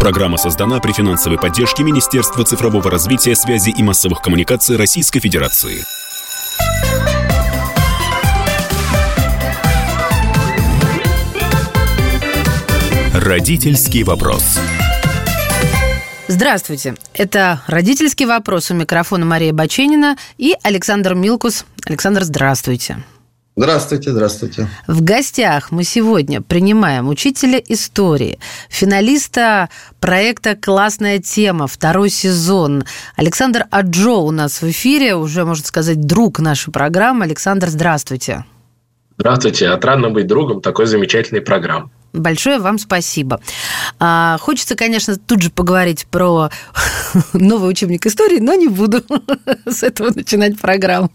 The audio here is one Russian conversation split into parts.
Программа создана при финансовой поддержке Министерства цифрового развития, связи и массовых коммуникаций Российской Федерации. Родительский вопрос. Здравствуйте. Это «Родительский вопрос». У микрофона Мария Баченина и Александр Милкус. Александр, здравствуйте. Здравствуйте, здравствуйте. В гостях мы сегодня принимаем учителя истории, финалиста проекта «Классная тема», 2-й сезон. Александр Аджо у нас в эфире, уже, можно сказать, друг нашей программы. Александр, здравствуйте. Здравствуйте. Отрадно быть другом такой замечательной программы. Большое вам спасибо. Хочется, конечно, тут же поговорить про новый учебник истории, но не буду с этого начинать программу.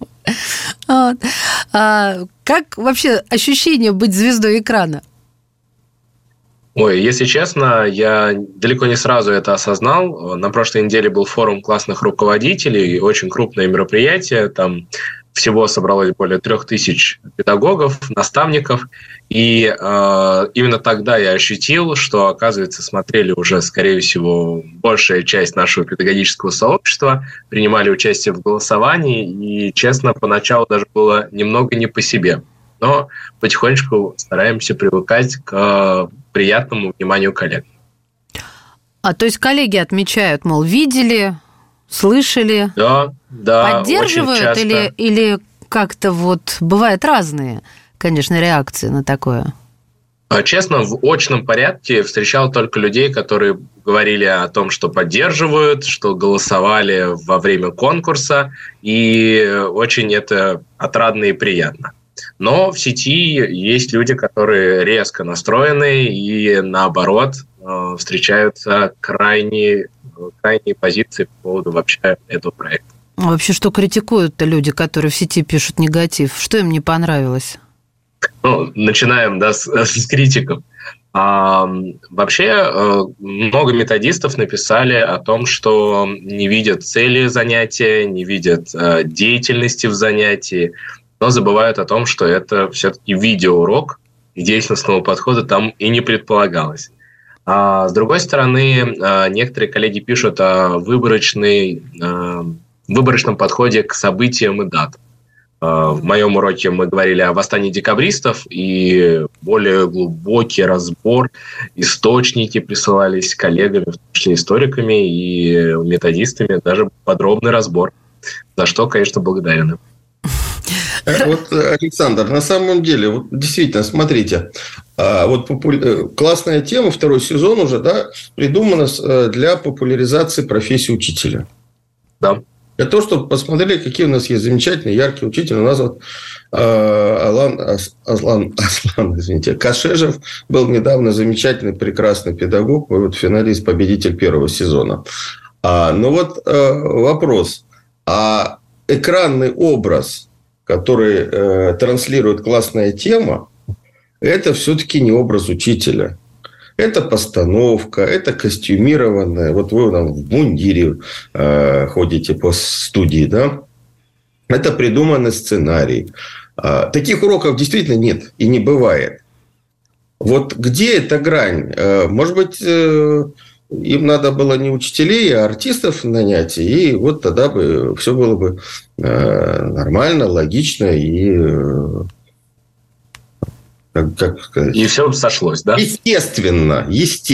Как вообще ощущение быть звездой экрана? Ой, если честно, я далеко не сразу это осознал. На прошлой неделе был форум классных руководителей, очень крупное мероприятие, там всего собралось более 3000 педагогов, наставников, и именно тогда я ощутил, что, оказывается, смотрели уже, скорее всего, большая часть нашего педагогического сообщества, принимали участие в голосовании, и, честно, поначалу даже было немного не по себе. Но потихонечку стараемся привыкать к приятному вниманию коллег. То есть коллеги отмечают, мол, видели, слышали, да, поддерживают или как-то вот бывают разные, конечно, реакции на такое? Честно, в очном порядке встречал только людей, которые говорили о том, что поддерживают, что голосовали во время конкурса, и очень это отрадно и приятно. Но в сети есть люди, которые резко настроены и, наоборот, встречаются крайние позиции по поводу вообще этого проекта. А вообще, что критикуют-то люди, которые в сети пишут негатив? Что им не понравилось? Начинаем с критиков. Вообще, много методистов написали о том, что не видят цели занятия, не видят деятельности в занятии, но забывают о том, что это все-таки видеоурок, и деятельностного подхода там и не предполагалось. С другой стороны, некоторые коллеги пишут о выборочном подходе к событиям и датам. В моем уроке мы говорили о восстании декабристов, и более глубокий разбор, источники присылались коллегами, в том числе историками и методистами, даже подробный разбор, за что, конечно, благодарен им. Вот, Александр, на самом деле, вот действительно, смотрите, классная тема, 2-й сезон уже, придумана для популяризации профессии учителя. Да. Для того, чтобы посмотрели, какие у нас есть замечательные, яркие учителя. У нас вот Аслан Кашежев был недавно замечательный, прекрасный педагог, финалист, победитель 1-го сезона. Вопрос. Экранный образ, который транслирует классная тема, это все-таки не образ учителя. Это постановка, это костюмированное. Вот вы там в мундире ходите по студии, да? Это придуманный сценарий. Таких уроков действительно нет и не бывает. Вот где эта грань? Может быть, им надо было не учителей, а артистов нанять, и вот тогда бы все было бы нормально, логично и... Как сказать? И все сошлось, да? Естественно.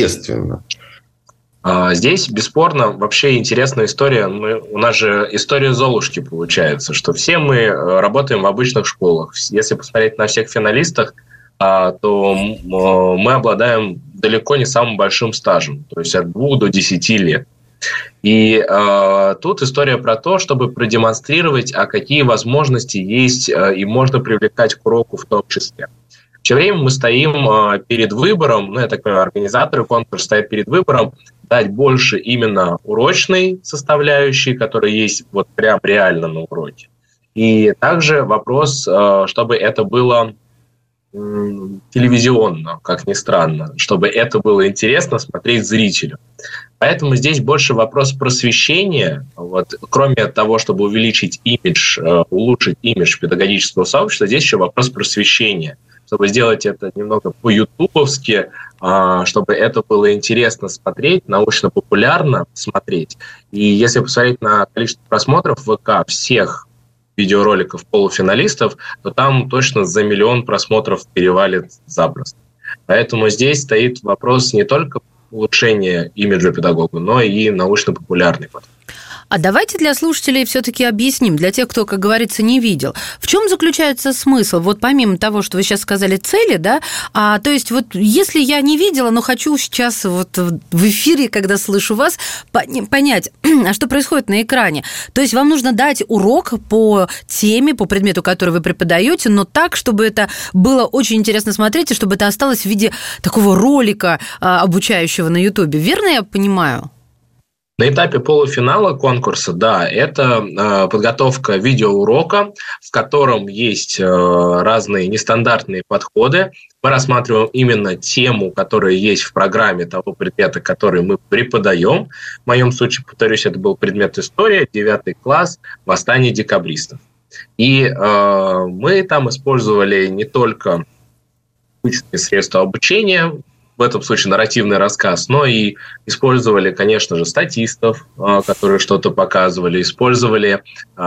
Здесь, бесспорно, вообще интересная история. У нас же история Золушки получается, что все мы работаем в обычных школах. Если посмотреть на всех финалистах, то мы обладаем далеко не самым большим стажем, то есть от 2 до 10 лет. И тут история про то, чтобы продемонстрировать, какие возможности есть и можно привлекать к уроку в том числе. Все время мы стоим перед выбором, я так понимаю, организаторы конкурса стоят перед выбором дать больше именно урочной составляющей, которая есть вот прям реально на уроке. И также вопрос, чтобы это было телевизионно, как ни странно, чтобы это было интересно смотреть зрителю. Поэтому здесь больше вопрос просвещения. Вот, кроме того, чтобы увеличить имидж, улучшить имидж педагогического сообщества, здесь еще вопрос просвещения. Чтобы сделать это немного по-ютубовски, чтобы это было интересно смотреть, научно-популярно смотреть. И если посмотреть на количество просмотров в ВК всех видеороликов полуфиналистов, то там точно за 1 миллион просмотров перевалит запросто. Поэтому здесь стоит вопрос не только улучшения имиджа педагога, но и научно-популярный подход. А давайте для слушателей все-таки объясним, для тех, кто, как говорится, не видел. В чем заключается смысл? Вот помимо того, что вы сейчас сказали, цели, да, то есть вот если я не видела, но хочу сейчас вот в эфире, когда слышу вас, понять, а что происходит на экране. То есть вам нужно дать урок по теме, по предмету, который вы преподаете, но так, чтобы это было очень интересно смотреть, и чтобы это осталось в виде такого ролика обучающего на Ютубе. Верно я понимаю? На этапе полуфинала конкурса, да, это подготовка видеоурока, в котором есть разные нестандартные подходы. Мы рассматриваем именно тему, которая есть в программе того предмета, который мы преподаем. В моем случае, повторюсь, это был предмет история, 9 класс, восстание декабристов. И мы там использовали не только обычные средства обучения, в этом случае нарративный рассказ, но и использовали, конечно же, статистов, которые что-то показывали, использовали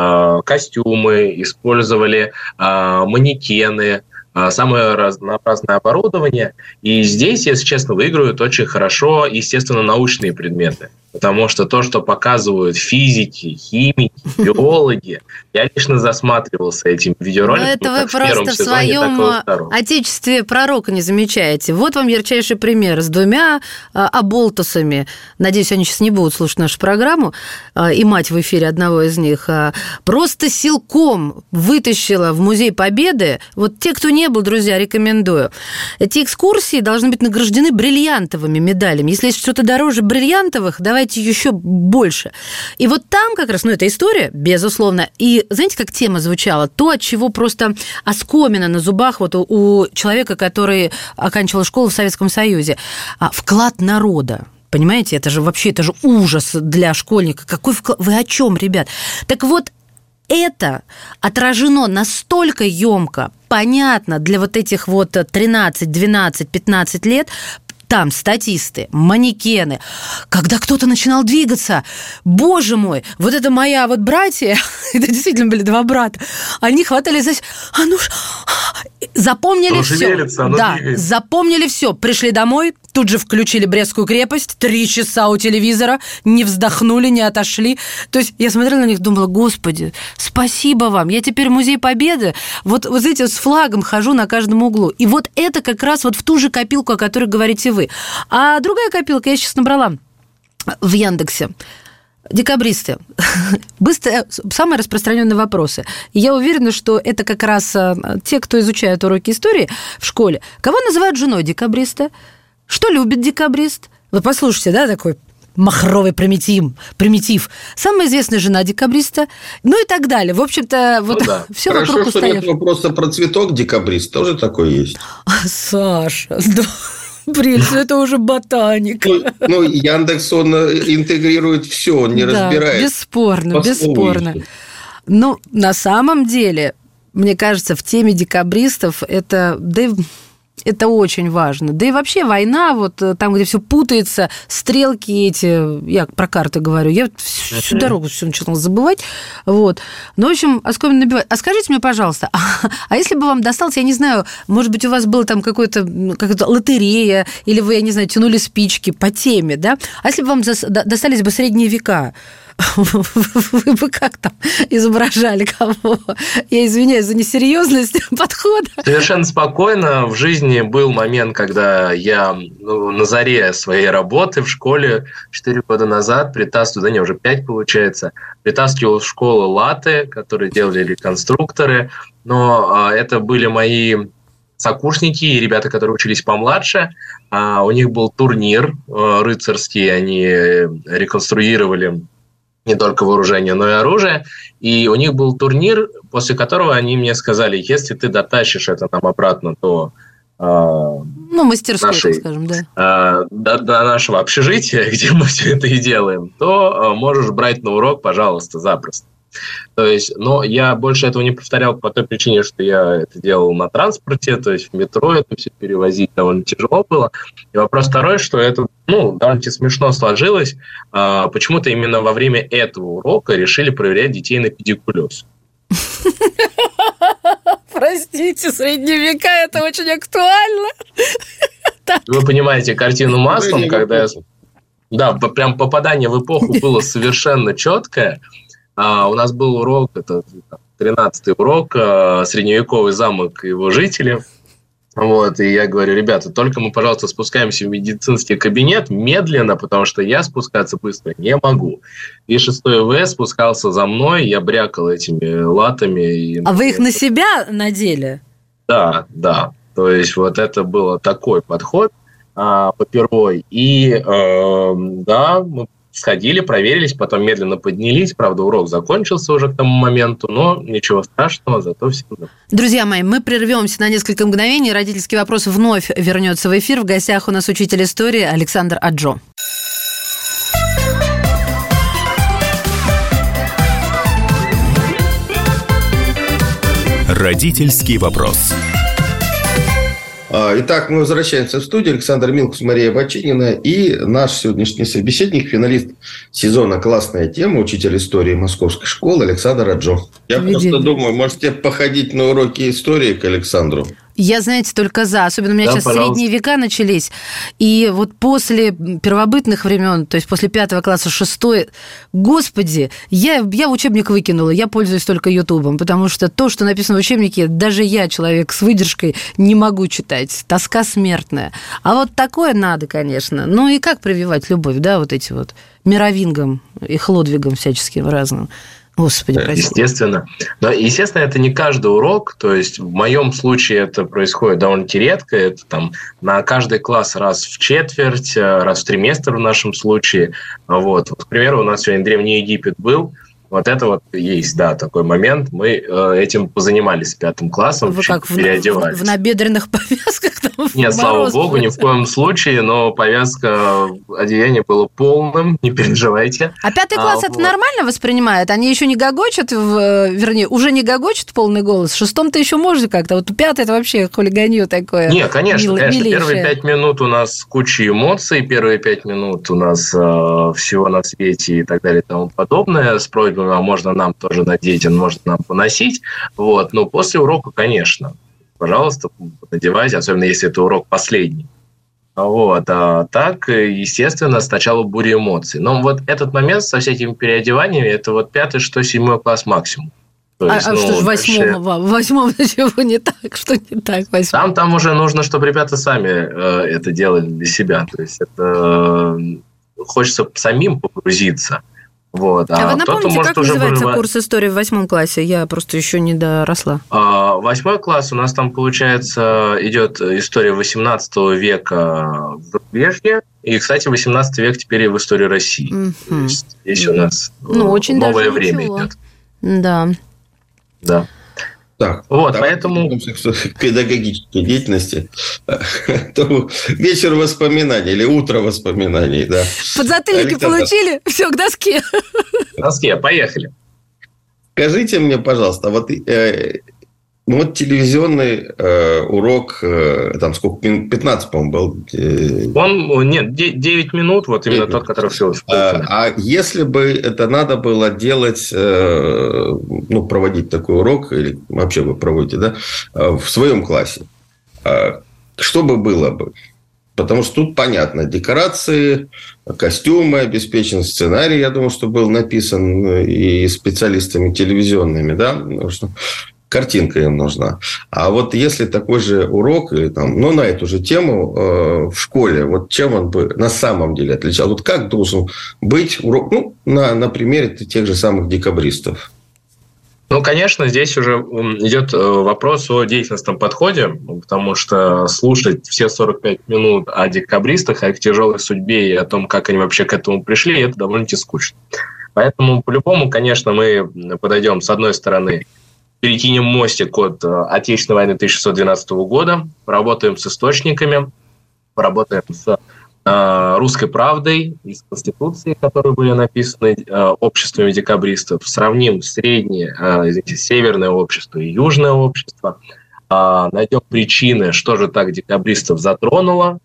костюмы, использовали манекены, самое разнообразное оборудование. И здесь, если честно, выигрывают очень хорошо, естественно, научные предметы. Потому что то, что показывают физики, химики, биологи, я лично засматривался этим видеороликом. Это вы просто в своем отечестве пророка не замечаете. Вот вам ярчайший пример с 2 оболтусами. Надеюсь, они сейчас не будут слушать нашу программу. И мать в эфире одного из них просто силком вытащила в Музей Победы. Вот те, кто не был, друзья, рекомендую. Эти экскурсии должны быть награждены бриллиантовыми медалями. Если есть что-то дороже бриллиантовых, давайте еще больше. И вот там как раз, это история, безусловно. И знаете, как тема звучала? То, от чего просто оскомина на зубах вот у человека, который оканчивал школу в Советском Союзе. Вклад народа. Понимаете, это же вообще, это же ужас для школьника. Какой вклад? Вы о чем, ребят? Так вот, это отражено настолько емко, понятно для вот этих вот 13, 12, 15 лет. Там статисты, манекены. Когда кто-то начинал двигаться, боже мой, вот это моя вот братья, это действительно были 2 брата, они хватались за... Запомнили все. Да, запомнили все. Пришли домой, тут же включили Брестскую крепость, 3 часа у телевизора, не вздохнули, не отошли. То есть я смотрела на них, думала, господи, спасибо вам, я теперь в Музей Победы, вот эти с флагом хожу на каждом углу. И вот это как раз вот в ту же копилку, о которой говорите вы. А другая копилка я сейчас набрала в Яндексе. Декабристы. Быстро, самые распространенные вопросы. И я уверена, что это как раз те, кто изучает уроки истории в школе. Кого называют женой декабриста? Что любит декабрист? Вы послушайте, да, такой махровый примитив. Самая известная жена декабриста, и так далее. В общем-то, вот все вокруг устоев. Хорошо, что нет вопроса про цветок декабрист, тоже такой есть. Саша, да. Прелесть, это уже ботаника. Яндекс, он интегрирует все, он не разбирает. Бесспорно. Но на самом деле, мне кажется, в теме декабристов это очень важно. Да и вообще война, вот там, где все путается, стрелки эти, я про карты говорю, я всю дорогу все начала забывать. Вот. В общем, оскомину набивать. А скажите мне, пожалуйста, а если бы вам досталось, я не знаю, может быть, у вас была там какая-то лотерея, или вы, я не знаю, тянули спички по теме, да? А если бы вам достались бы средние века, вы бы как там изображали кого? Я извиняюсь за несерьезность подхода. Совершенно спокойно. В жизни был момент, когда я на заре своей работы в школе 4 года назад уже 5 получается, притаскивал в школу латы, которые делали реконструкторы, но это были мои сокурсники и ребята, которые учились помладше. У них был турнир рыцарский, они реконструировали не только вооружение, но и оружие. И у них был турнир, после которого они мне сказали, если ты дотащишь это нам обратно до мастерской, так скажем, да. До нашего общежития, где мы все это и делаем, то можешь брать на урок, пожалуйста, запросто. То есть, но я больше этого не повторял по той причине, что я это делал на транспорте, то есть в метро это все перевозить довольно тяжело было. И вопрос второй, что это, довольно смешно сложилось. Почему-то именно во время этого урока решили проверять детей на педикулез. Простите, средние века, это очень актуально. Вы понимаете картину маслом, когда... Да, прям попадание в эпоху было совершенно четкое. У нас был урок, это 13-й урок, средневековый замок и его жители. Вот, и я говорю, ребята, только мы, пожалуйста, спускаемся в медицинский кабинет медленно, потому что я спускаться быстро не могу. И 6-й В спускался за мной, я брякал этими латами. А вы их на себя надели? Да. То есть, вот это был такой подход попервой. И, мы сходили, проверились, потом медленно поднялись. Правда, урок закончился уже к тому моменту, но ничего страшного, зато все. Друзья мои, мы прервемся на несколько мгновений. Родительский вопрос вновь вернется в эфир. В гостях у нас учитель истории Александр Аджо. Родительский вопрос. Итак, мы возвращаемся в студию. Александр Милкус, Мария Бачинина и наш сегодняшний собеседник, финалист сезона «Классная тема», учитель истории Московской школы Александр Аджо. Я просто думаю, можете походить на уроки истории к Александру? Я, знаете, только за. Особенно у меня сейчас пожалуйста. Средние века начались. И вот после первобытных времен, то есть после 5 класса, 6-й, господи, я учебник выкинула, я пользуюсь только Ютубом, потому что то, что написано в учебнике, даже я, человек с выдержкой, не могу читать. Тоска смертная. А вот такое надо, конечно. Ну и как прививать любовь, да, вот эти вот мировингам и хлодвигам всяческим разным. Господи, прости. Естественно. Но, естественно, это не каждый урок. То есть, в моем случае это происходит довольно-таки редко. Это там на каждый класс раз в четверть, раз в триместр в нашем случае. Вот. К примеру, у нас сегодня Древний Египет был. Вот это вот есть, да, такой момент. Мы этим позанимались 5 классом. Вы как, переодевались. В набедренных повязках? Там, нет, слава богу, ни в коем случае, но повязка, одеяние было полным, не переживайте. А 5 класс это нормально воспринимает? Они еще не гогочут, вернее, уже не гогочут в полный голос? В 6-м-то еще можно как-то, вот 5 это вообще хулиганье такое. Нет, конечно. Первые 5 минут у нас куча эмоций, первые 5 минут у нас всего на свете и так далее и тому подобное, с просьбой, а можно нам тоже надеть, можно нам поносить. Вот. Но после урока, конечно, пожалуйста, надевайте, особенно если это урок последний. Вот. А так, естественно, сначала буря эмоций. Но вот этот момент со всякими переодеваниями, это вот 5, 6, 7 класс максимум. Есть, что ж в 8-м чего не так? Что не так в 8-м? Там уже нужно, чтобы ребята сами это делали для себя. То есть это хочется самим погрузиться. Вот. А вы напомните, как называется курс истории в 8 классе? Я просто еще не доросла. 8 класс у нас там, получается, идет история 18 века в зарубежье. И, кстати, 18 век теперь и в истории России. То есть здесь у нас очень новое время идет. Да. Да. Так, вот, поэтому... К педагогической деятельности. Вечер воспоминаний или утро воспоминаний, да. Подзатыльники получили? Все, к доске. К доске, поехали. Скажите мне, пожалуйста, вот телевизионный урок, там сколько, 15, по-моему, был? Нет, 9 минут, вот именно тот, который все. А если бы это надо было делать, проводить такой урок, или вообще вы проводите, да, в своем классе, что бы было бы? Потому что тут понятно, декорации, костюмы обеспечены, сценарий, я думаю, что был написан и специалистами телевизионными, да, потому что картинка им нужна. А вот если такой же урок, или там, на эту же тему в школе, вот чем он бы на самом деле отличался? Вот как должен быть урок, на примере тех же самых декабристов? Конечно, здесь уже идет вопрос о деятельностном подходе, потому что слушать все 45 минут о декабристах, о их тяжелой судьбе и о том, как они вообще к этому пришли, это довольно-таки скучно. Поэтому, по-любому, конечно, мы подойдем, с одной стороны, перекинем мостик от Отечественной войны 1612 года, поработаем с источниками, поработаем с «Русской правдой», из Конституции, которые были написаны обществами декабристов, сравним северное общество и южное общество, найдем причины, что же так декабристов затронуло,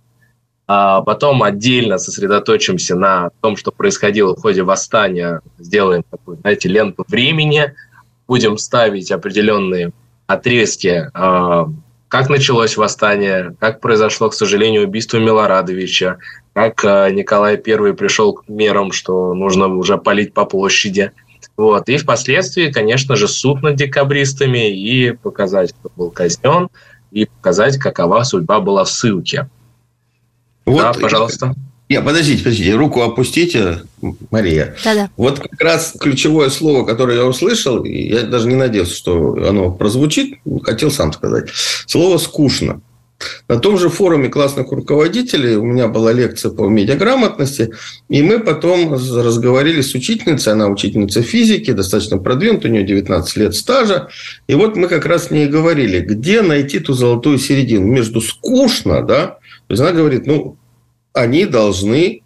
а потом отдельно сосредоточимся на том, что происходило в ходе восстания, сделаем такую, ленту времени, будем ставить определенные отрезки, как началось восстание, как произошло, к сожалению, убийство Милорадовича, как Николай I пришел к мерам, что нужно уже палить по площади. Вот. И впоследствии, конечно же, суд над декабристами, и показать, кто был казнен, и показать, какова судьба была в ссылке. Вот, да, пожалуйста. Подождите, руку опустите, Мария. Да-да. Вот как раз ключевое слово, которое я услышал, и я даже не надеялся, что оно прозвучит, хотел сам сказать. Слово «скучно». На том же форуме классных руководителей у меня была лекция по медиаграмотности, и мы потом разговаривали с учительницей, она учительница физики, достаточно продвинутая, у нее 19 лет стажа, и вот мы как раз с ней говорили, где найти ту золотую середину между «скучно», да, то есть она говорит, они должны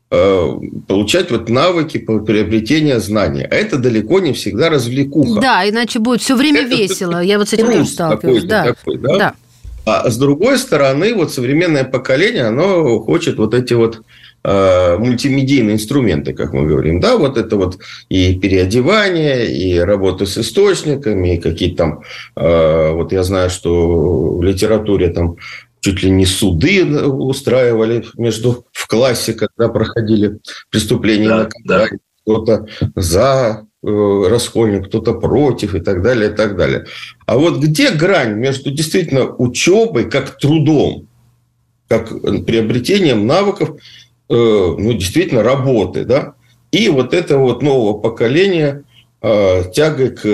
получать навыки по приобретению знаний. А это далеко не всегда развлекуха. Да, иначе будет все время весело. Я с этим тоже сталкиваюсь. Да. Да? А с другой стороны, современное поколение, оно хочет эти мультимедийные инструменты, как мы говорим. Да, это и переодевание, и работа с источниками, и какие-то там... я знаю, что в литературе там чуть ли не суды устраивали в классе, когда проходили преступления и наказания. Кто-то за раскольник, кто-то против и так далее, и так далее. А где грань между действительно учебой как трудом, как приобретением навыков, действительно работы, да, и этого нового поколения тягой к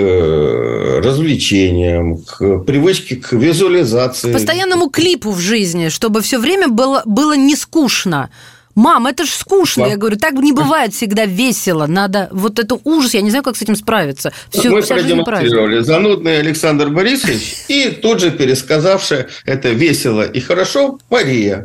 развлечениям, к привычке к визуализации. К постоянному клипу в жизни, чтобы все время было не скучно. Мам, это ж скучно. Я говорю, так не бывает всегда весело. Надо это ужас, я не знаю, как с этим справиться. Мы продемонстрировали занудный Александр Борисович и тут же пересказавшая это весело и хорошо Мария.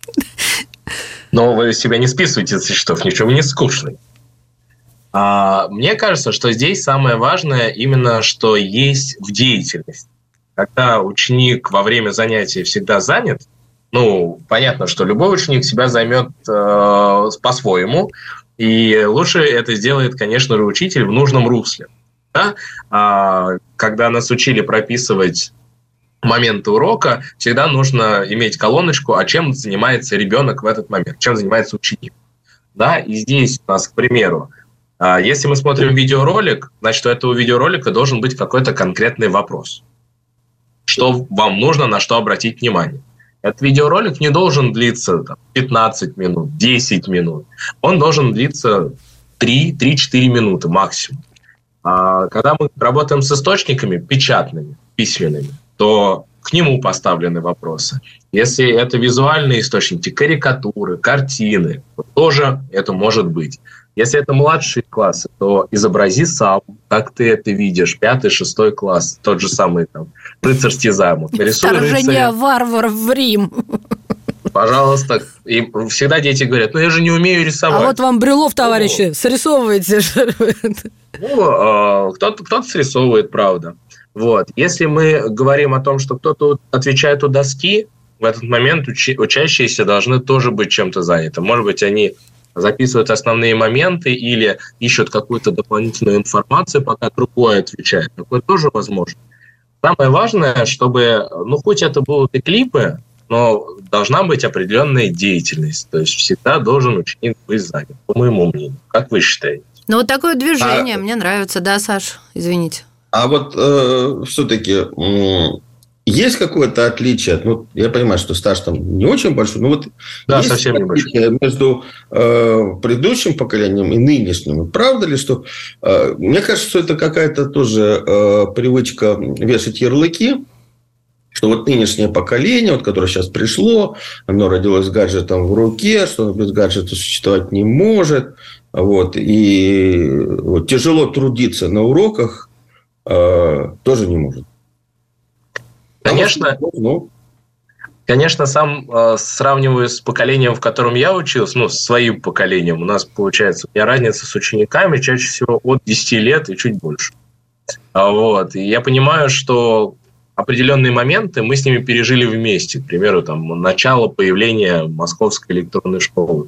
Но вы себя не списываете со счетов, ничего не скучный. Мне кажется, что здесь самое важное именно, что есть в деятельности. Когда ученик во время занятия всегда занят, понятно, что любой ученик себя займет по-своему, и лучше это сделает, конечно же, учитель в нужном русле. Да? Когда нас учили прописывать моменты урока, всегда нужно иметь колоночку, а чем занимается ребенок в этот момент, чем занимается ученик. Да? И здесь у нас, к примеру, если мы смотрим видеоролик, значит, у этого видеоролика должен быть какой-то конкретный вопрос. Что вам нужно, на что обратить внимание. Этот видеоролик не должен длиться 15 минут, 10 минут. Он должен длиться 3-4 минуты максимум. Когда мы работаем с источниками печатными, письменными, то к нему поставлены вопросы. Если это визуальные источники, карикатуры, картины, то тоже это может быть. Если это младшие классы, то изобрази сам, как ты это видишь. 5-6 класс, тот же самый рыцарский замок. Вторжение варваров в Рим. Пожалуйста. И всегда дети говорят, я же не умею рисовать. А вам Брюлов, товарищи, срисовываете. Кто-то срисовывает, правда. Если мы говорим о том, что кто-то отвечает у доски, в этот момент учащиеся должны тоже быть чем-то заняты. Может быть, они записывают основные моменты или ищут какую-то дополнительную информацию, пока другой отвечает. Такое тоже возможно. Самое важное, чтобы, хоть это будут и клипы, но должна быть определенная деятельность. То есть всегда должен ученик быть занят, по моему мнению. Как вы считаете? Такое движение мне нравится. Да, Саш, извините. А все-таки есть какое-то отличие? Я понимаю, что стаж там не очень большой, но есть совсем отличие между предыдущим поколением и нынешним. Правда ли, что... Мне кажется, что это какая-то тоже привычка вешать ярлыки, что нынешнее поколение, которое сейчас пришло, оно родилось с гаджетом в руке, что оно без гаджета существовать не может, и тяжело трудиться на уроках тоже не может. Конечно, Конечно, сам сравниваю с поколением, в котором я учился, с своим поколением. У нас, получается, у меня разница с учениками чаще всего от 10 лет и чуть больше. И я понимаю, что определенные моменты мы с ними пережили вместе. К примеру, начало появления Московской электронной школы.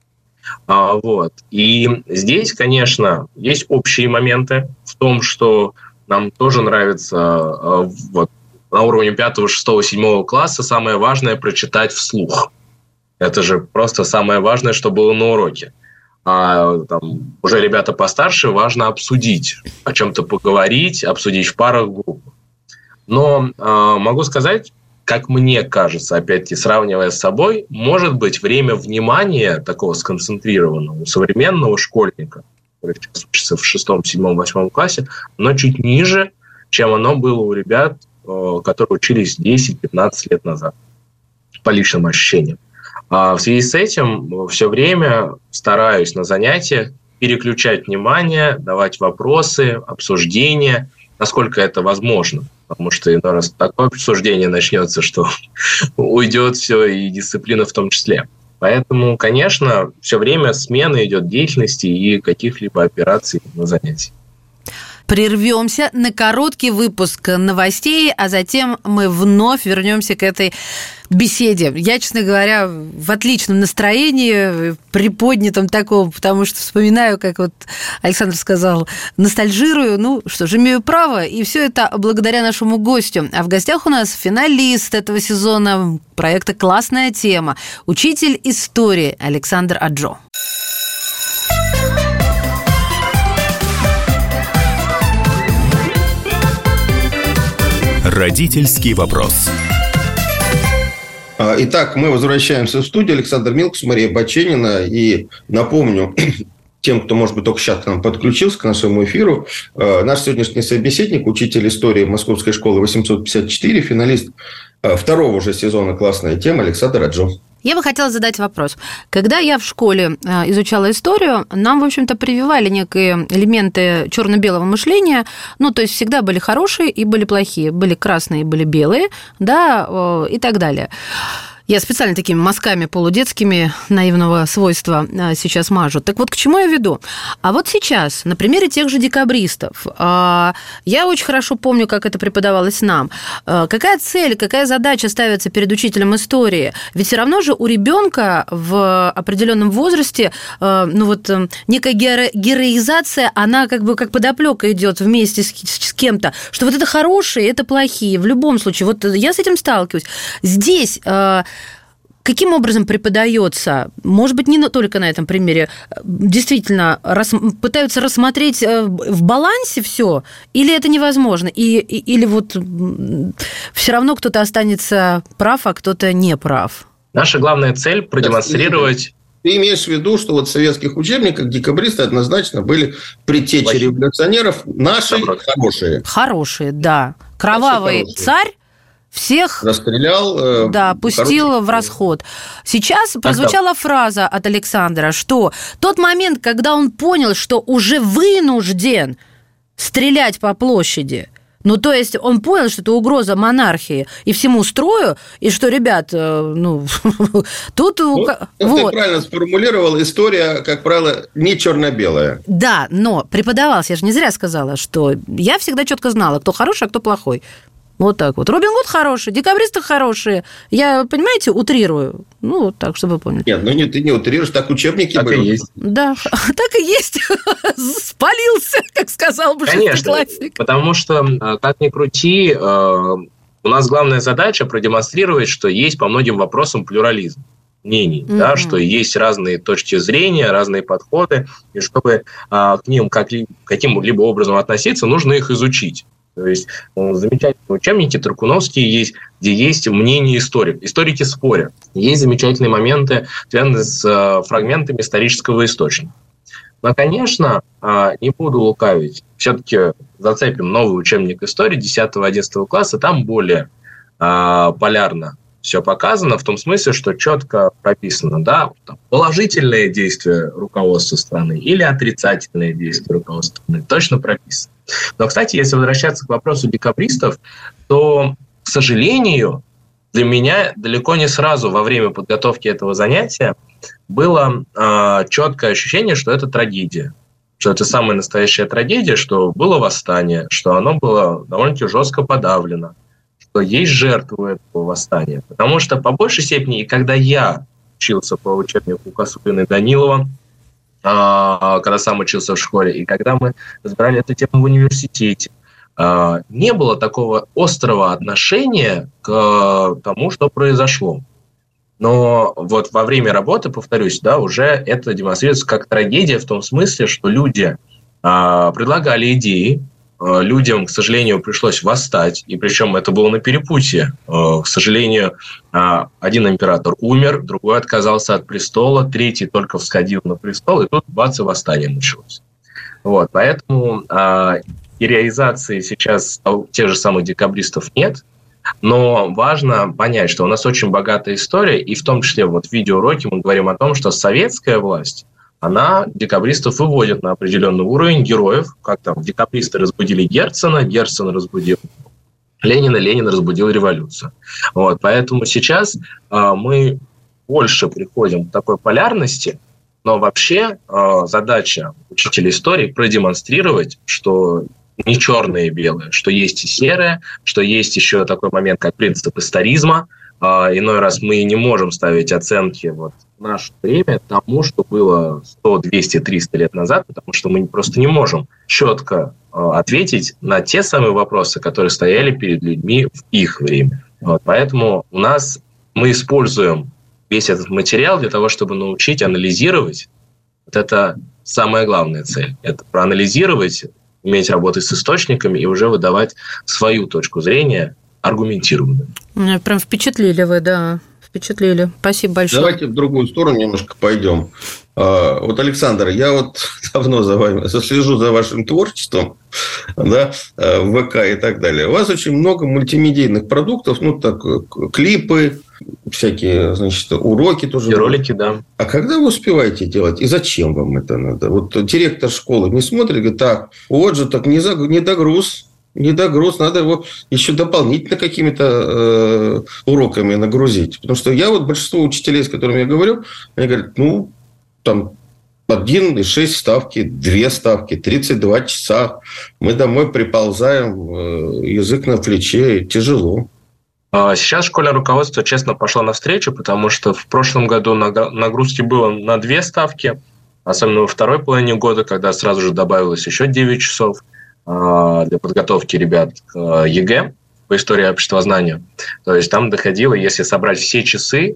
И здесь, конечно, есть общие моменты в том, что нам тоже нравится на уровне 5, 6, 7 класса самое важное – прочитать вслух. Это же просто самое важное, что было на уроке. Уже ребята постарше важно обсудить, о чем-то поговорить, обсудить в парах, группах. Но могу сказать, как мне кажется, опять-таки сравнивая с собой, может быть, время внимания такого сконцентрированного у современного школьника, который сейчас учится в 6, 7, 8 классе, но чуть ниже, чем оно было у ребят, которые учились 10-15 лет назад, по личным ощущениям. В связи с этим все время стараюсь на занятиях переключать внимание, давать вопросы, обсуждения, насколько это возможно. Потому что иной раз такое обсуждение начнется, что уйдет все, и дисциплина в том числе. Поэтому, конечно, все время смена идет деятельности и каких-либо операций на занятии. Прервемся на короткий выпуск новостей, а затем мы вновь вернемся к этой беседе. Я, честно говоря, в отличном настроении, приподнятом таком, потому что вспоминаю, как Александр сказал, ностальжирую, имею право, и все это благодаря нашему гостю. А в гостях у нас финалист этого сезона проекта «Классная тема», учитель истории Александр Аджо. Родительский вопрос. Итак, мы возвращаемся в студию. Александр Милкус, Мария Баченина. И напомню тем, кто, может быть, только сейчас к нам подключился, к нашему эфиру, наш сегодняшний собеседник, учитель истории Московской школы 854, финалист второго уже сезона «Классная тема» Александр Аджо. Я бы хотела задать вопрос. Когда я в школе изучала историю, нам, в общем-то, прививали некие элементы черно-белого мышления. То есть всегда были хорошие и были плохие. Были красные и были белые, да, и так далее. Я специально такими мазками полудетскими наивного свойства сейчас мажу. Так вот, к чему я веду? А вот сейчас, на примере тех же декабристов, я очень хорошо помню, как это преподавалось нам. Какая цель, какая задача ставится перед учителем истории? Ведь все равно же у ребенка в определенном возрасте некая героизация, она как подоплека идет вместе с кем-то, что это хорошие, это плохие. В любом случае, я с этим сталкиваюсь. Здесь каким образом преподается? Может быть, не только на этом примере. Действительно, пытаются рассмотреть в балансе все, или это невозможно? Или все равно кто-то останется прав, а кто-то не прав? Наша главная цель – продемонстрировать... Ты имеешь в виду, что в советских учебниках декабристы однозначно были предтечи революционеров, наши хорошие. Хорошие, да. Кровавый царь всех расстрелял, пустил в расход. Сейчас прозвучала фраза от Александра, что тот момент, когда он понял, что уже вынужден стрелять по площади, то есть он понял, что это угроза монархии и всему строю, и что, ребят, тут... Ты правильно сформулировал, история, как правило, не черно-белая. Да, но преподавалась, я же не зря сказала, что я всегда четко знала, кто хороший, а кто плохой. Вот так вот. Робин Гуд хороший, декабристы хорошие. Я, понимаете, утрирую. Так, чтобы вы поняли. Нет, ты не утрируешь, так учебники так были. И есть. Да, так и есть. Спалился, как сказал бы шестиклассник. Конечно, потому что, как ни крути, у нас главная задача продемонстрировать, что есть по многим вопросам плюрализм мнений, да, что есть разные точки зрения, разные подходы, и чтобы к ним каким-либо образом относиться, нужно их изучить. То есть замечательные учебники Таркуновские есть, где есть мнение историков. Историки спорят. Есть замечательные моменты, связанные с фрагментами исторического источника. Но, конечно, не буду лукавить. Все-таки зацепим новый учебник истории 10-11 класса. Там более полярно все показано, в том смысле, что четко прописано, да, положительное действие руководства страны или отрицательное действие руководства страны. Точно прописано. Но, кстати, если возвращаться к вопросу декабристов, то, к сожалению, для меня далеко не сразу во время подготовки этого занятия было четкое ощущение, что это трагедия, что это самая настоящая трагедия, что было восстание, что оно было довольно-таки жестко подавлено, что есть жертвы этого восстания. Потому что по большей степени, и когда я учился по учебнику Косулина и Данилова, когда сам учился в школе, и когда мы разбирали эту тему в университете, не было такого острого отношения к тому, что произошло. Но вот во время работы, повторюсь, да, уже это демонстрируется как трагедия в том смысле, что люди предлагали идеи, людям, к сожалению, пришлось восстать, и причем это было на перепутье. К сожалению, один император умер, другой отказался от престола, третий только всходил на престол, и тут бац, и восстание началось. Вот, поэтому героизации сейчас тех же самых декабристов нет, но важно понять, что у нас очень богатая история, и в том числе вот в видеоуроке мы говорим о том, что советская власть, она декабристов выводит на определенный уровень героев, как там декабристы разбудили Герцена, Герцен разбудил Ленина, Ленин разбудил революцию. Вот, поэтому сейчас мы больше приходим к такой полярности, но вообще задача учителя истории продемонстрировать, что не черное и белое, что есть и серое, что есть еще такой момент, как принцип историзма. Иной раз мы не можем ставить оценки вот в наше время тому, что было 100, 200, 300 лет назад, потому что мы просто не можем четко ответить на те самые вопросы, которые стояли перед людьми в их время. Вот, поэтому мы используем весь этот материал для того, чтобы научить анализировать. Вот это самая главная цель. Это проанализировать, уметь работать с источниками и уже выдавать свою точку зрения аргументированно. Меня прям впечатлили вы, да. Впечатлили. Спасибо большое. Давайте в другую сторону немножко пойдем. Вот, Александр, я вот давно за вами слежу за вашим творчеством, да, в ВК и так далее. У вас очень много мультимедийных продуктов, ну, так, клипы, всякие, значит, уроки тоже. И ролики, да. А когда вы успеваете делать? И зачем вам это надо? Вот директор школы не смотрит, говорит, так, вот же, так не догруз, надо его еще дополнительно какими-то уроками нагрузить. Потому что я вот большинство учителей, с которыми я говорю, они говорят, ну, там 1,6 ставки, 2 ставки, 32 часа. Мы домой приползаем, язык на плече, тяжело. Сейчас школьное руководство, честно, пошло навстречу, потому что в прошлом году нагрузки было на 2 ставки, особенно во второй половине года, когда сразу же добавилось еще 9 часов для подготовки ребят к ЕГЭ по истории обществознания. То есть там доходило, если собрать все часы,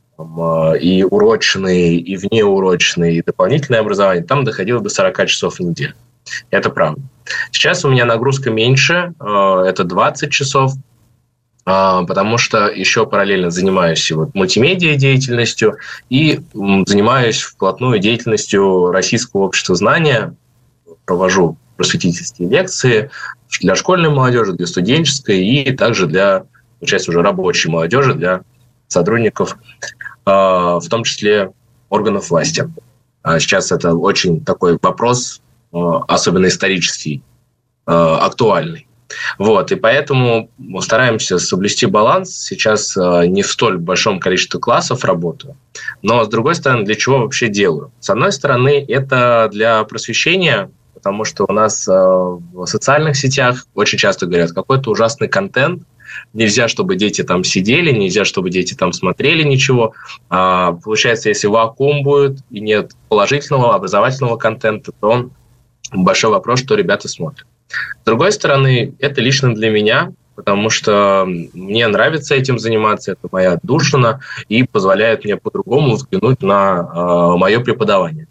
и урочные, и внеурочные, и дополнительное образование, там доходило до 40 часов в неделю. Это правда. Сейчас у меня нагрузка меньше, это 20 часов, потому что еще параллельно занимаюсь вот мультимедиа деятельностью и занимаюсь вплотную деятельностью Российского общества знания, провожу просветительские лекции для школьной молодежи, для студенческой и также для часть уже рабочей молодежи, для сотрудников, в том числе органов власти. Сейчас это очень такой вопрос, особенно исторический, актуальный. Вот, и поэтому мы стараемся соблюсти баланс. Сейчас не в столь большом количестве классов работаю, но, с другой стороны, для чего вообще делаю? С одной стороны, это для просвещения, потому что у нас в социальных сетях очень часто говорят, какой-то ужасный контент, нельзя, чтобы дети там сидели, нельзя, чтобы дети там смотрели ничего. Получается, если вакуум будет и нет положительного образовательного контента, то большой вопрос, что ребята смотрят. С другой стороны, это лично для меня, потому что мне нравится этим заниматься, это моя отдушина и позволяет мне по-другому взглянуть на мое преподавание.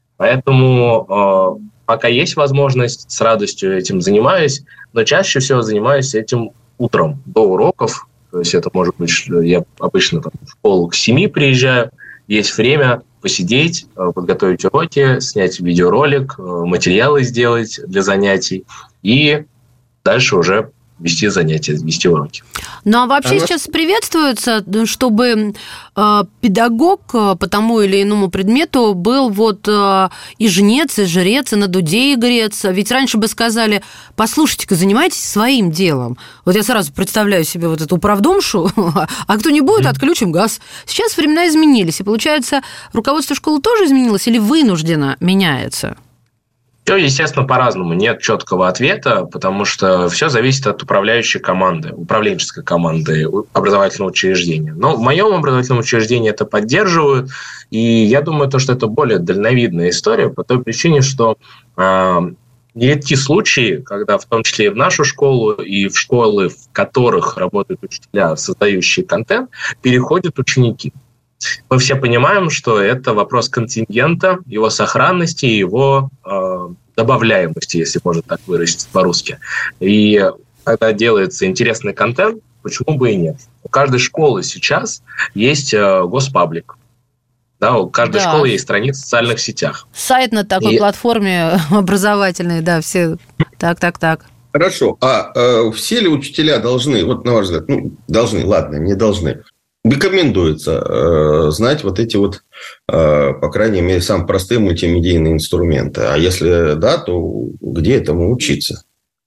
Поэтому пока есть возможность, с радостью этим занимаюсь, но чаще всего занимаюсь этим утром до уроков. То есть это может быть, что я обычно там, в школу к 7 приезжаю, есть время посидеть, подготовить уроки, снять видеоролик, материалы сделать для занятий и дальше уже вести занятия, вести уроки. Ну, а вообще сейчас приветствуется, чтобы педагог по тому или иному предмету был вот и жнец, и жрец, и на дуде игрец. Ведь раньше бы сказали: послушайте-ка, занимайтесь своим делом. Вот я сразу представляю себе вот эту управдомшу, а кто не будет, отключим газ. Сейчас времена изменились, и получается, руководство школы тоже изменилось или вынужденно меняется? Все, естественно, по-разному. Нет четкого ответа, потому что все зависит от управляющей команды, управленческой команды образовательного учреждения. Но в моем образовательном учреждении это поддерживают, и я думаю, что это более дальновидная история по той причине, что нередки случаи, когда в том числе и в нашу школу, и в школы, в которых работают учителя, создающие контент, переходят ученики. Мы все понимаем, что это вопрос контингента, его сохранности, его добавляемости, если можно так выразиться по-русски. И когда делается интересный контент, почему бы и нет? У каждой школы сейчас есть госпаблик. Да, у каждой школы есть страница в социальных сетях. Сайт на такой платформе образовательной, да, все так. Хорошо. А все ли учителя должны, вот на ваш взгляд, должны, ладно, не должны, рекомендуется знать вот эти вот, по крайней мере, самые простые мультимедийные инструменты. А если да, то где этому учиться?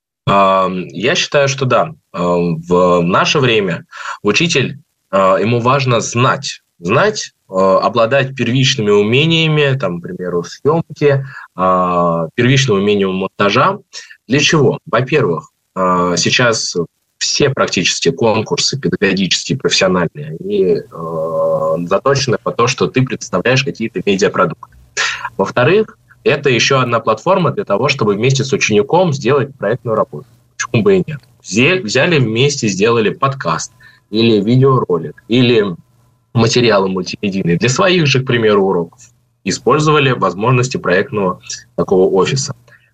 Я считаю, что да. В наше время учитель, ему важно знать, обладать первичными умениями, там, к примеру, съемки, первичным умением монтажа. Для чего? Во-первых, сейчас все практически конкурсы педагогические, профессиональные, они заточены по то, что ты представляешь какие-то медиапродукты. Во-вторых, это еще одна платформа для того, чтобы вместе с учеником сделать проектную работу. Почему бы и нет? Взяли вместе, сделали подкаст или видеоролик, или материалы мультимедийные для своих же, к примеру, уроков. Использовали возможности проектного такого офиса.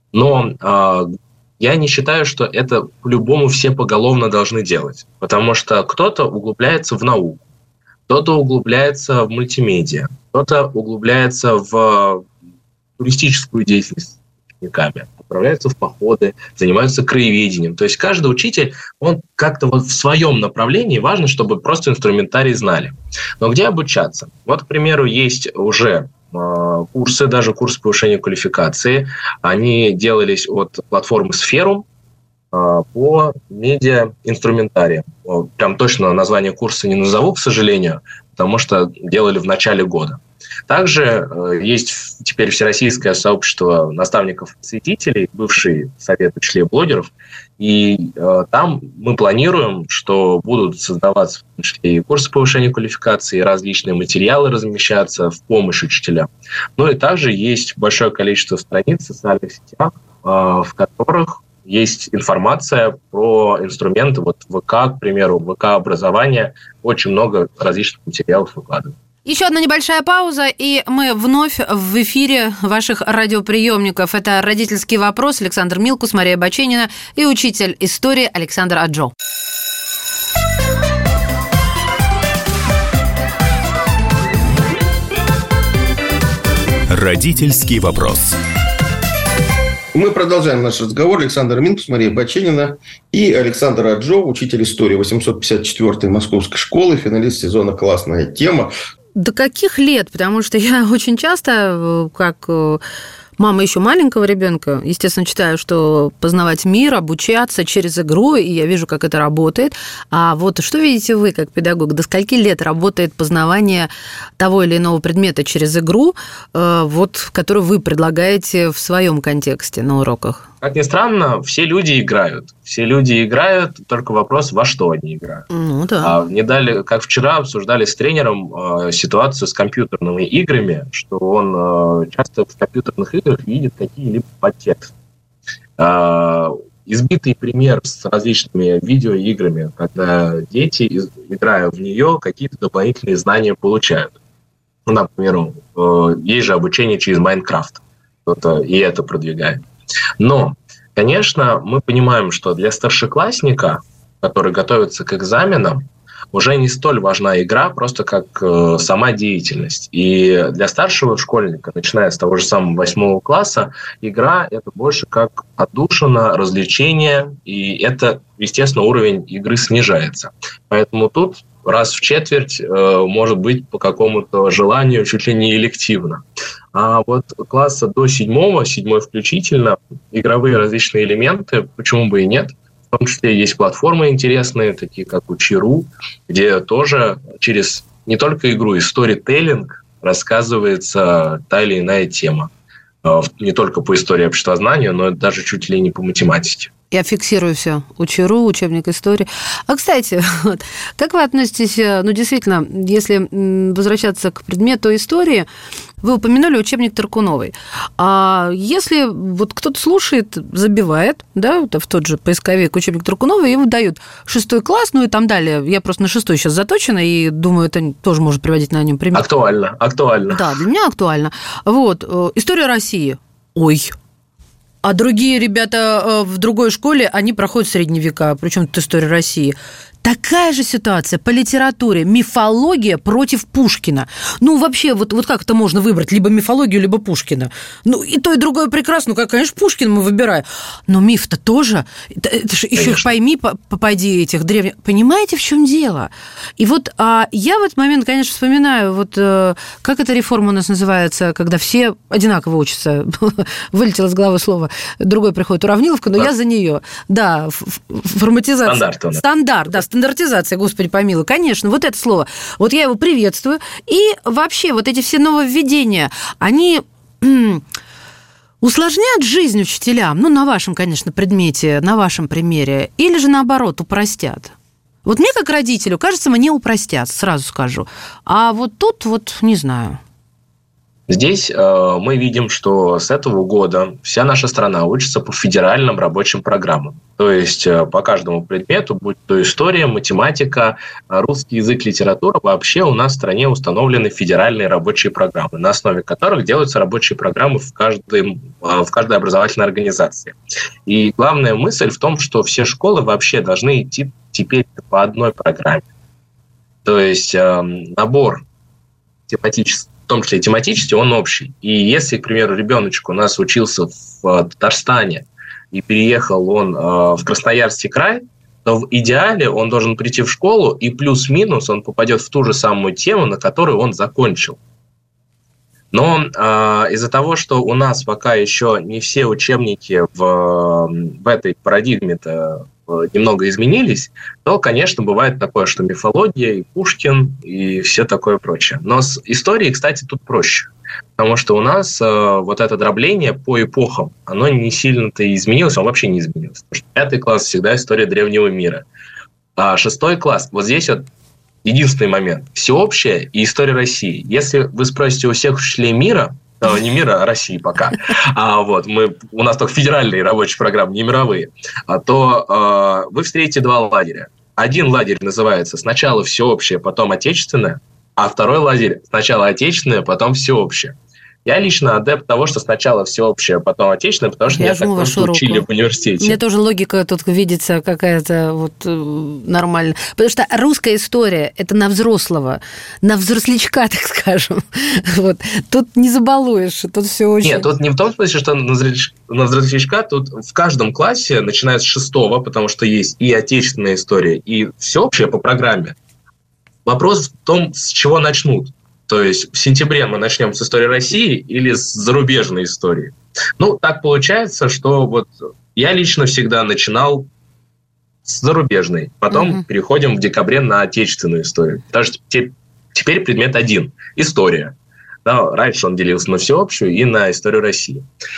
Но я не считаю, что это по-любому все поголовно должны делать, потому что кто-то углубляется в науку, кто-то углубляется в мультимедиа, кто-то углубляется в туристическую деятельность с учениками, отправляются в походы, занимаются краеведением. То есть каждый учитель, он как-то вот в своем направлении, важно, чтобы просто инструментарий знали. Но где обучаться? Вот, к примеру, есть уже курсы, даже курсы повышения квалификации, они делались от платформы Сферум по медиа-инструментариям. Прям точно название курса не назову, к сожалению, потому что делали в начале года. Также есть теперь Всероссийское сообщество наставников-просветителей, бывший совет учителей блогеров, и там мы планируем, что будут создаваться в том числе и курсы повышения квалификации, различные материалы размещаться в помощь учителям. Ну и также есть большое количество страниц в социальных сетях, в которых есть информация про инструменты, вот ВК, к примеру, ВК-образование, очень много различных материалов выкладывают. Еще одна небольшая пауза, и мы вновь в эфире ваших радиоприемников. Это «Родительский вопрос», Александр Милкус, Мария Баченина и учитель истории Александр Аджо. Родительский вопрос. Мы продолжаем наш разговор. Александр Милкус, Мария Баченина и Александр Аджо, учитель истории 854-й Московской школы, финалист сезона «Классная тема». До каких лет? Потому что я очень часто, как мама еще маленького ребенка, естественно, читаю, что познавать мир, обучаться через игру, и я вижу, как это работает. А вот что видите вы, как педагог? До скольки лет работает познавание того или иного предмета через игру, вот, которую вы предлагаете в своем контексте на уроках? Как ни странно, все люди играют. Все люди играют, только вопрос, во что они играют. Ну да. Как вчера обсуждали с тренером ситуацию с компьютерными играми, что он часто в компьютерных играх видит какие-либо подтексты. Избитый пример с различными видеоиграми, когда дети, играя в нее, какие-то дополнительные знания получают. Ну, например, есть же обучение через Майнкрафт. Кто-то и это продвигает. Но, конечно, мы понимаем, что для старшеклассника, который готовится к экзаменам, уже не столь важна игра, просто как сама деятельность. И для старшего школьника, начиная с того же самого 8 класса, игра – это больше как отдушина, развлечение, и это, естественно, уровень игры снижается. Поэтому тут раз в четверть, может быть, по какому-то желанию, чуть ли не элективно. А вот класса до 7 включительно, игровые различные элементы, почему бы и нет. В том числе есть платформы интересные, такие как Учи.ру, где тоже через не только игру, и сторителлинг рассказывается та или иная тема. Не только по истории обществознания, но даже чуть ли не по математике. Я фиксирую все. Учи.ру, учебник истории. А, кстати, вот, как вы относитесь, действительно, если возвращаться к предмету истории, вы упомянули учебник Таркуновой. А если вот кто-то слушает, забивает, да, в тот же поисковик учебник Таркуновой, ему дают 6 класс, и там далее. Я просто на 6 сейчас заточена, и думаю, это тоже может приводить на нем пример. Актуально. Да, для меня актуально. Вот. История России. Ой. А другие ребята в другой школе, они проходят средние века, причем тут история России. Такая же ситуация по литературе. Мифология против Пушкина. Вообще, вот как это можно выбрать? Либо мифологию, либо Пушкина. И то, и другое прекрасно. Конечно, Пушкина мы выбираем. Но миф-то тоже. Это же еще пойми, попади этих древних. Понимаете, в чем дело? И вот я в этот момент, конечно, вспоминаю, как эта реформа у нас называется, когда все одинаково учатся. Вылетело с головы слово. Другой приходит уравниловка, но я за нее. Да, форматизация. Стандарт, да. Стандартизация, господи помилуй, конечно, вот это слово. Вот я его приветствую. И вообще вот эти все нововведения, они усложняют жизнь учителям, на вашем, конечно, предмете, на вашем примере, или же, наоборот, упростят? Вот мне, как родителю, кажется, мне упростят, сразу скажу. А вот тут не знаю. Здесь мы видим, что с этого года вся наша страна учится по федеральным рабочим программам. То есть по каждому предмету, будь то история, математика, русский язык, литература, вообще у нас в стране установлены федеральные рабочие программы, на основе которых делаются рабочие программы в каждой образовательной организации. И главная мысль в том, что все школы вообще должны идти теперь по одной программе. То есть набор тематический, в том числе и тематически, он общий. И если, к примеру, ребеночек у нас учился в Татарстане, и переехал он в Красноярский край, то в идеале он должен прийти в школу, и плюс-минус он попадет в ту же самую тему, на которую он закончил. Но из-за того, что у нас пока еще не все учебники в этой парадигме-то немного изменились, то, конечно, бывает такое, что мифология, и Пушкин, и все такое прочее. Но с историей, кстати, тут проще. Потому что у нас вот это дробление по эпохам, оно не сильно-то и изменилось, оно вообще не изменилось. Потому что 5 класс всегда история древнего мира. А 6 класс, вот здесь вот единственный момент. Всеобщая и история России. Если вы спросите у всех учителей мира, не мира, а России пока, у нас только федеральные рабочие программы, не мировые, то вы встретите 2 лагеря. Один лагерь называется сначала всеобщее, потом отечественное, а второй лагерь сначала отечественное, потом всеобщее. Я лично адепт того, что сначала всеобщее, потом отечественное, потому что меня так просто учили в университете. Мне тоже логика тут видится какая-то нормальная. Потому что русская история – это на взрослого, на взрослячка, так скажем. Тут не забалуешь, тут все очень… Нет, тут не в том смысле, что на взрослячка, тут в каждом классе, начиная с 6-го, потому что есть и отечественная история, и всеобщее по программе. Вопрос в том, с чего начнут. То есть в сентябре мы начнем с истории России или с зарубежной истории. Так получается, что я лично всегда начинал с зарубежной, потом переходим в декабре на отечественную историю. Потому что теперь предмет один – история. Да, раньше он делился на всеобщую и на историю России.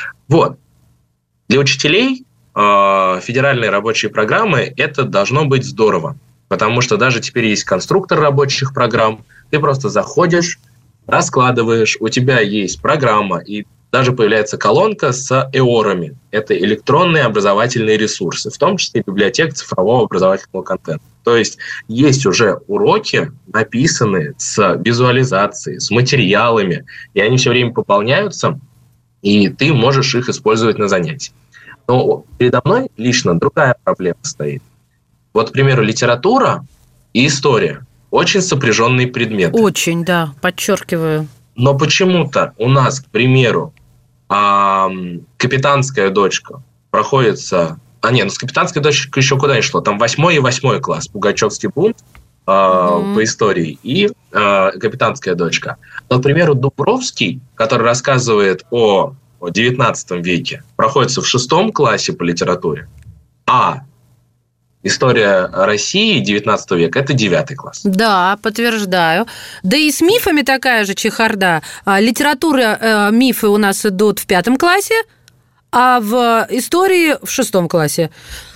Для учителей федеральные рабочие программы – это должно быть здорово. Потому что даже теперь есть конструктор рабочих программ. Ты просто заходишь, раскладываешь, у тебя есть программа, и даже появляется колонка с ЭОРами. Это электронные образовательные ресурсы, в том числе библиотека цифрового образовательного контента. То есть уже уроки, написанные с визуализацией, с материалами, и они все время пополняются, и ты можешь их использовать на занятии. Но передо мной лично другая проблема стоит. К примеру, литература и история. очень сопряженные предметы. Очень, да, подчеркиваю. Но почему-то у нас, к примеру, «Капитанская дочка» проходится... с «Капитанской дочкой» еще куда ни шло. Там 8 и 8 класс. Пугачевский бунт по истории и «Капитанская дочка». Но, к примеру, Дубровский, который рассказывает о XIX веке, проходится в 6 классе по литературе, а история России XIX века – это 9 класс. Да, подтверждаю. Да и с мифами такая же чехарда. Литература, мифы у нас идут в 5 классе, а в истории в 6 классе.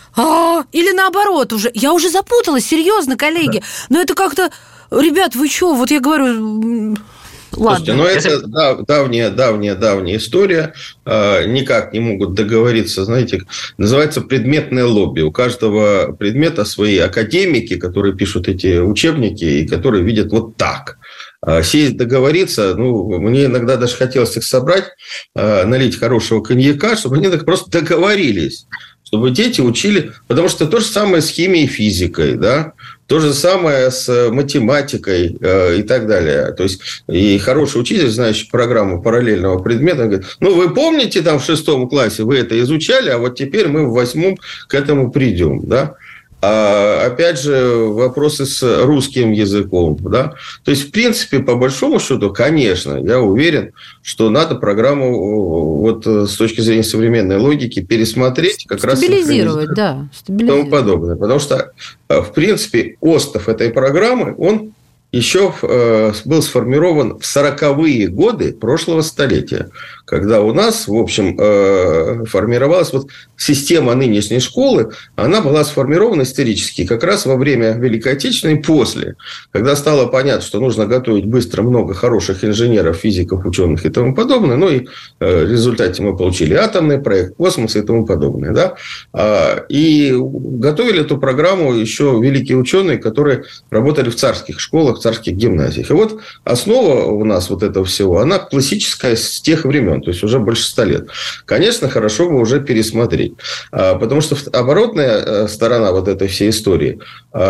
Или наоборот уже. Я уже запуталась, серьезно, коллеги. Да. Но это как-то... Ребят, вы что? Вот я говорю... Ладно. Слушайте, это давняя история. Никак не могут договориться, знаете, называется предметное лобби. У каждого предмета свои академики, которые пишут эти учебники и которые видят вот так. Сесть договориться, мне иногда даже хотелось их собрать, налить хорошего коньяка, чтобы они так просто договорились, чтобы дети учили, потому что то же самое с химией и физикой, да, то же самое с математикой и так далее. То есть, и хороший учитель, знающий программу параллельного предмета, говорит, вы помните, там в 6 классе вы это изучали, а вот теперь мы в 8 к этому придем, да. Опять же, вопросы с русским языком. Да? То есть, в принципе, по большому счету, конечно, я уверен, что надо программу с точки зрения современной логики пересмотреть. Как стабилизировать, да. И тому подобное. Потому что, в принципе, остов этой программы, он еще был сформирован в 40-е годы прошлого столетия, когда у нас, в общем, формировалась система нынешней школы, она была сформирована исторически как раз во время Великой Отечественной и после, когда стало понятно, что нужно готовить быстро много хороших инженеров, физиков, ученых и тому подобное, и в результате мы получили атомный проект, космос и тому подобное. Да? И готовили эту программу еще великие ученые, которые работали в царских школах, в царских гимназиях. И основа у нас этого всего, она классическая с тех времен, то есть уже больше 100 лет. Конечно, хорошо бы уже пересмотреть. Потому что оборотная сторона этой всей истории,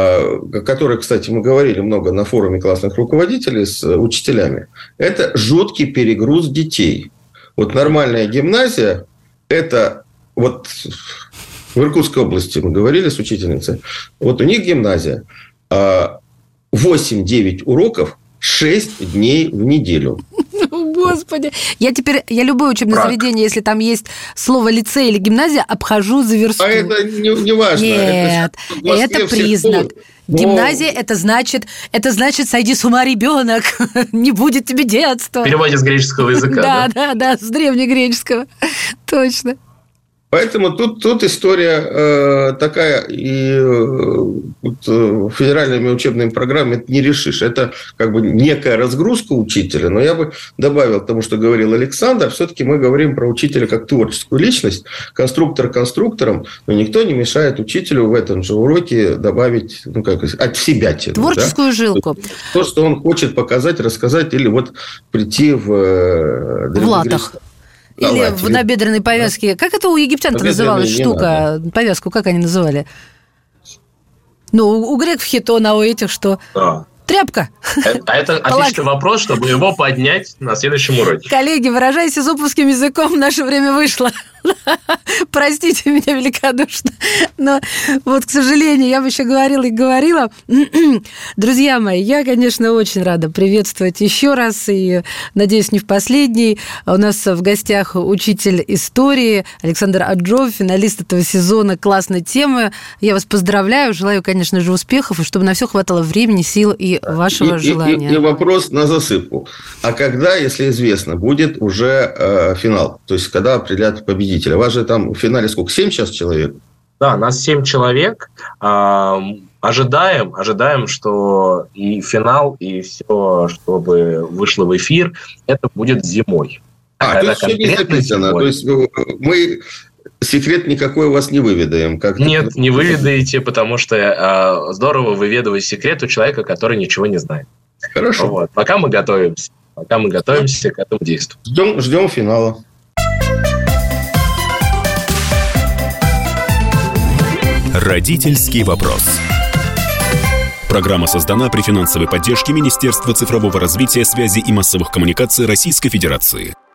о которой, кстати, мы говорили много на форуме классных руководителей с учителями, это жуткий перегруз детей. Нормальная гимназия, это в Иркутской области мы говорили с учительницей, у них гимназия 8-9 уроков 6 дней в неделю. Господи. Я любое учебное заведение, если там есть слово лицей или гимназия, обхожу за версту. Это не важно. Нет, это признак. Гимназия это значит, сойди с ума, ребенок, не будет тебе детства. В переводе с греческого языка. Да, с древнегреческого. Точно. Поэтому тут история такая, и федеральными учебными программами это не решишь. Это некая разгрузка учителя, но я бы добавил к тому, что говорил Александр, все-таки мы говорим про учителя как творческую личность, конструктор конструктором, но никто не мешает учителю в этом же уроке добавить, от себя творческую жилку. То, что он хочет показать, рассказать, или прийти в латах. Или в набедренной повязке. Как это у египтян-то называлась штука? Повязку, как они называли? У греков хитон, а у этих что? Да. Тряпка. Это отличный вопрос, чтобы его поднять на следующем уроке. Коллеги, выражаясь изуповским языком, наше время вышло. Простите меня великодушно. Но к сожалению, я бы еще говорила. Друзья мои, я, конечно, очень рада приветствовать еще раз, и, надеюсь, не в последний. У нас в гостях учитель истории Александр Аджов, финалист этого сезона классной темы. Я вас поздравляю, желаю, конечно же, успехов, и чтобы на все хватало времени, сил и вашего желания. И вопрос на засыпку. А когда, если известно, будет уже финал? То есть, когда определят победителя? У вас же там в финале сколько? 7 сейчас человек? Да, нас 7 человек. Ожидаем, что и финал, и все, чтобы вышло в эфир, это будет зимой. То есть все не записано. Зимой. То есть мы секрет никакой у вас не выведаем? Нет, не выведаете, потому что здорово выведывать секрет у человека, который ничего не знает. Хорошо. Пока мы готовимся к этому действию. Ждем финала. Родительский вопрос. Программа создана при финансовой поддержке Министерства цифрового развития, связи и массовых коммуникаций Российской Федерации.